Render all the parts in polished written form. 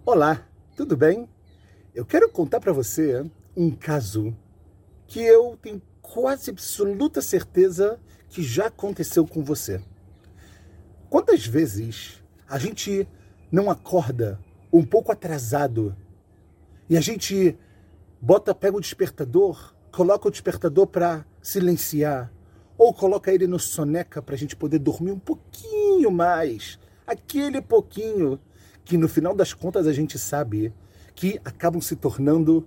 Olá, tudo bem? Eu quero contar para você um caso que eu tenho quase absoluta certeza que já aconteceu com você. Quantas vezes a gente não acorda um pouco atrasado e a gente pega o despertador, coloca o despertador para silenciar ou coloca ele no soneca para a gente poder dormir um pouquinho mais, aquele pouquinho que no final das contas a gente sabe que acabam se tornando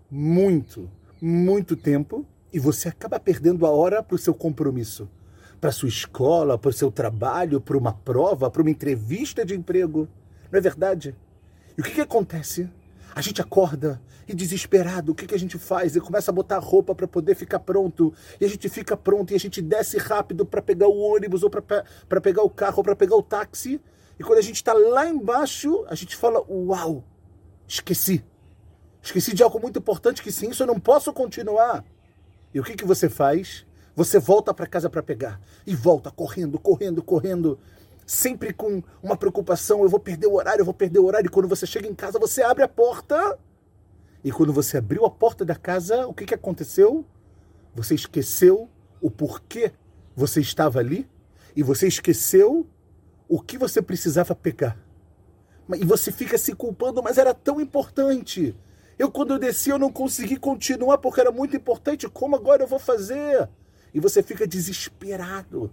muito tempo e você acaba perdendo a hora para o seu compromisso, para a sua escola, para o seu trabalho, para uma prova, para uma entrevista de emprego. Não é verdade? E o que acontece? A gente acorda e desesperado, o que a gente faz? E começa a botar roupa para poder ficar pronto. E a gente fica pronto e a gente desce rápido para pegar o ônibus ou para pegar o carro ou para pegar o táxi. E quando a gente está lá embaixo, a gente fala, uau, esqueci de algo muito importante que sem isso eu não posso continuar. E o que você faz? Você volta para casa para pegar. E volta correndo, sempre com uma preocupação, eu vou perder o horário. E quando você chega em casa, você abre a porta. E quando você abriu a porta da casa, o que aconteceu? Você esqueceu o porquê você estava ali. E você esqueceu o que você precisava pegar. E você fica se culpando, mas era tão importante. Quando eu desci, eu não consegui continuar porque era muito importante. Como agora eu vou fazer? E você fica desesperado.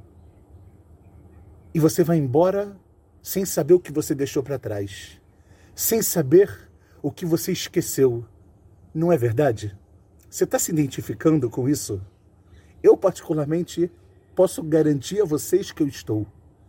E você vai embora sem saber o que você deixou para trás. Sem saber o que você esqueceu. Não é verdade? Você está se identificando com isso? Eu, particularmente, posso garantir a vocês que eu estou.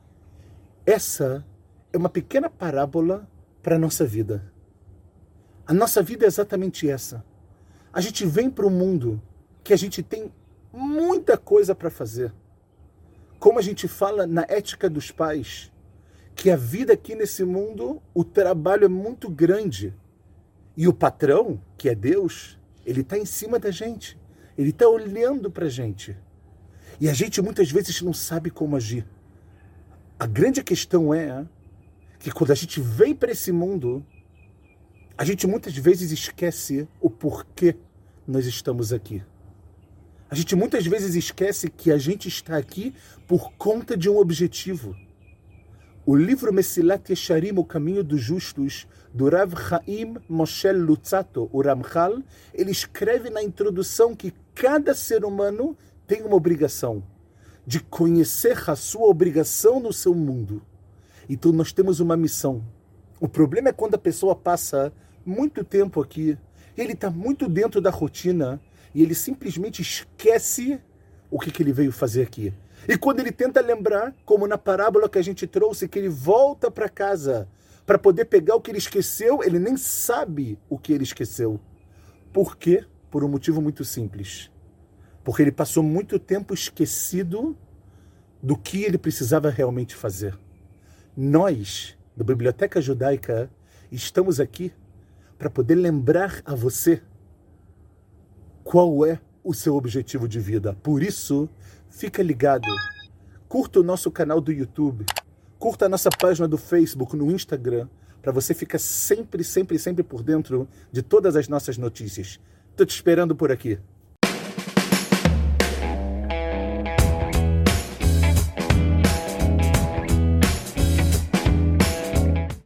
Essa é uma pequena parábola para a nossa vida. A nossa vida é exatamente essa. A gente vem para o mundo que a gente tem muita coisa para fazer. Como a gente fala na ética dos pais, que a vida aqui nesse mundo, o trabalho é muito grande. E o patrão, que é Deus, ele está em cima da gente. Ele está olhando para a gente. E a gente muitas vezes não sabe como agir. A grande questão é que quando a gente vem para esse mundo, a gente muitas vezes esquece o porquê nós estamos aqui. A gente muitas vezes esquece que a gente está aqui por conta de um objetivo. O livro Mesilat Yesharim, O Caminho dos Justos, do Rav Chaim Moshe Luzzatto, o Ramchal, ele escreve na introdução que cada ser humano tem uma obrigação de conhecer a sua obrigação no seu mundo. Então nós temos uma missão. O problema é quando a pessoa passa muito tempo aqui, ele está muito dentro da rotina e ele simplesmente esquece o que ele veio fazer aqui. E quando ele tenta lembrar, como na parábola que a gente trouxe, que ele volta para casa para poder pegar o que ele esqueceu, ele nem sabe o que ele esqueceu. Por quê? Por um motivo muito simples. Porque ele passou muito tempo esquecido do que ele precisava realmente fazer. Nós, da Biblioteca Judaica, estamos aqui para poder lembrar a você qual é o seu objetivo de vida. Por isso, fica ligado. Curta o nosso canal do YouTube. Curta a nossa página do Facebook, no Instagram, para você ficar sempre por dentro de todas as nossas notícias. Estou te esperando por aqui.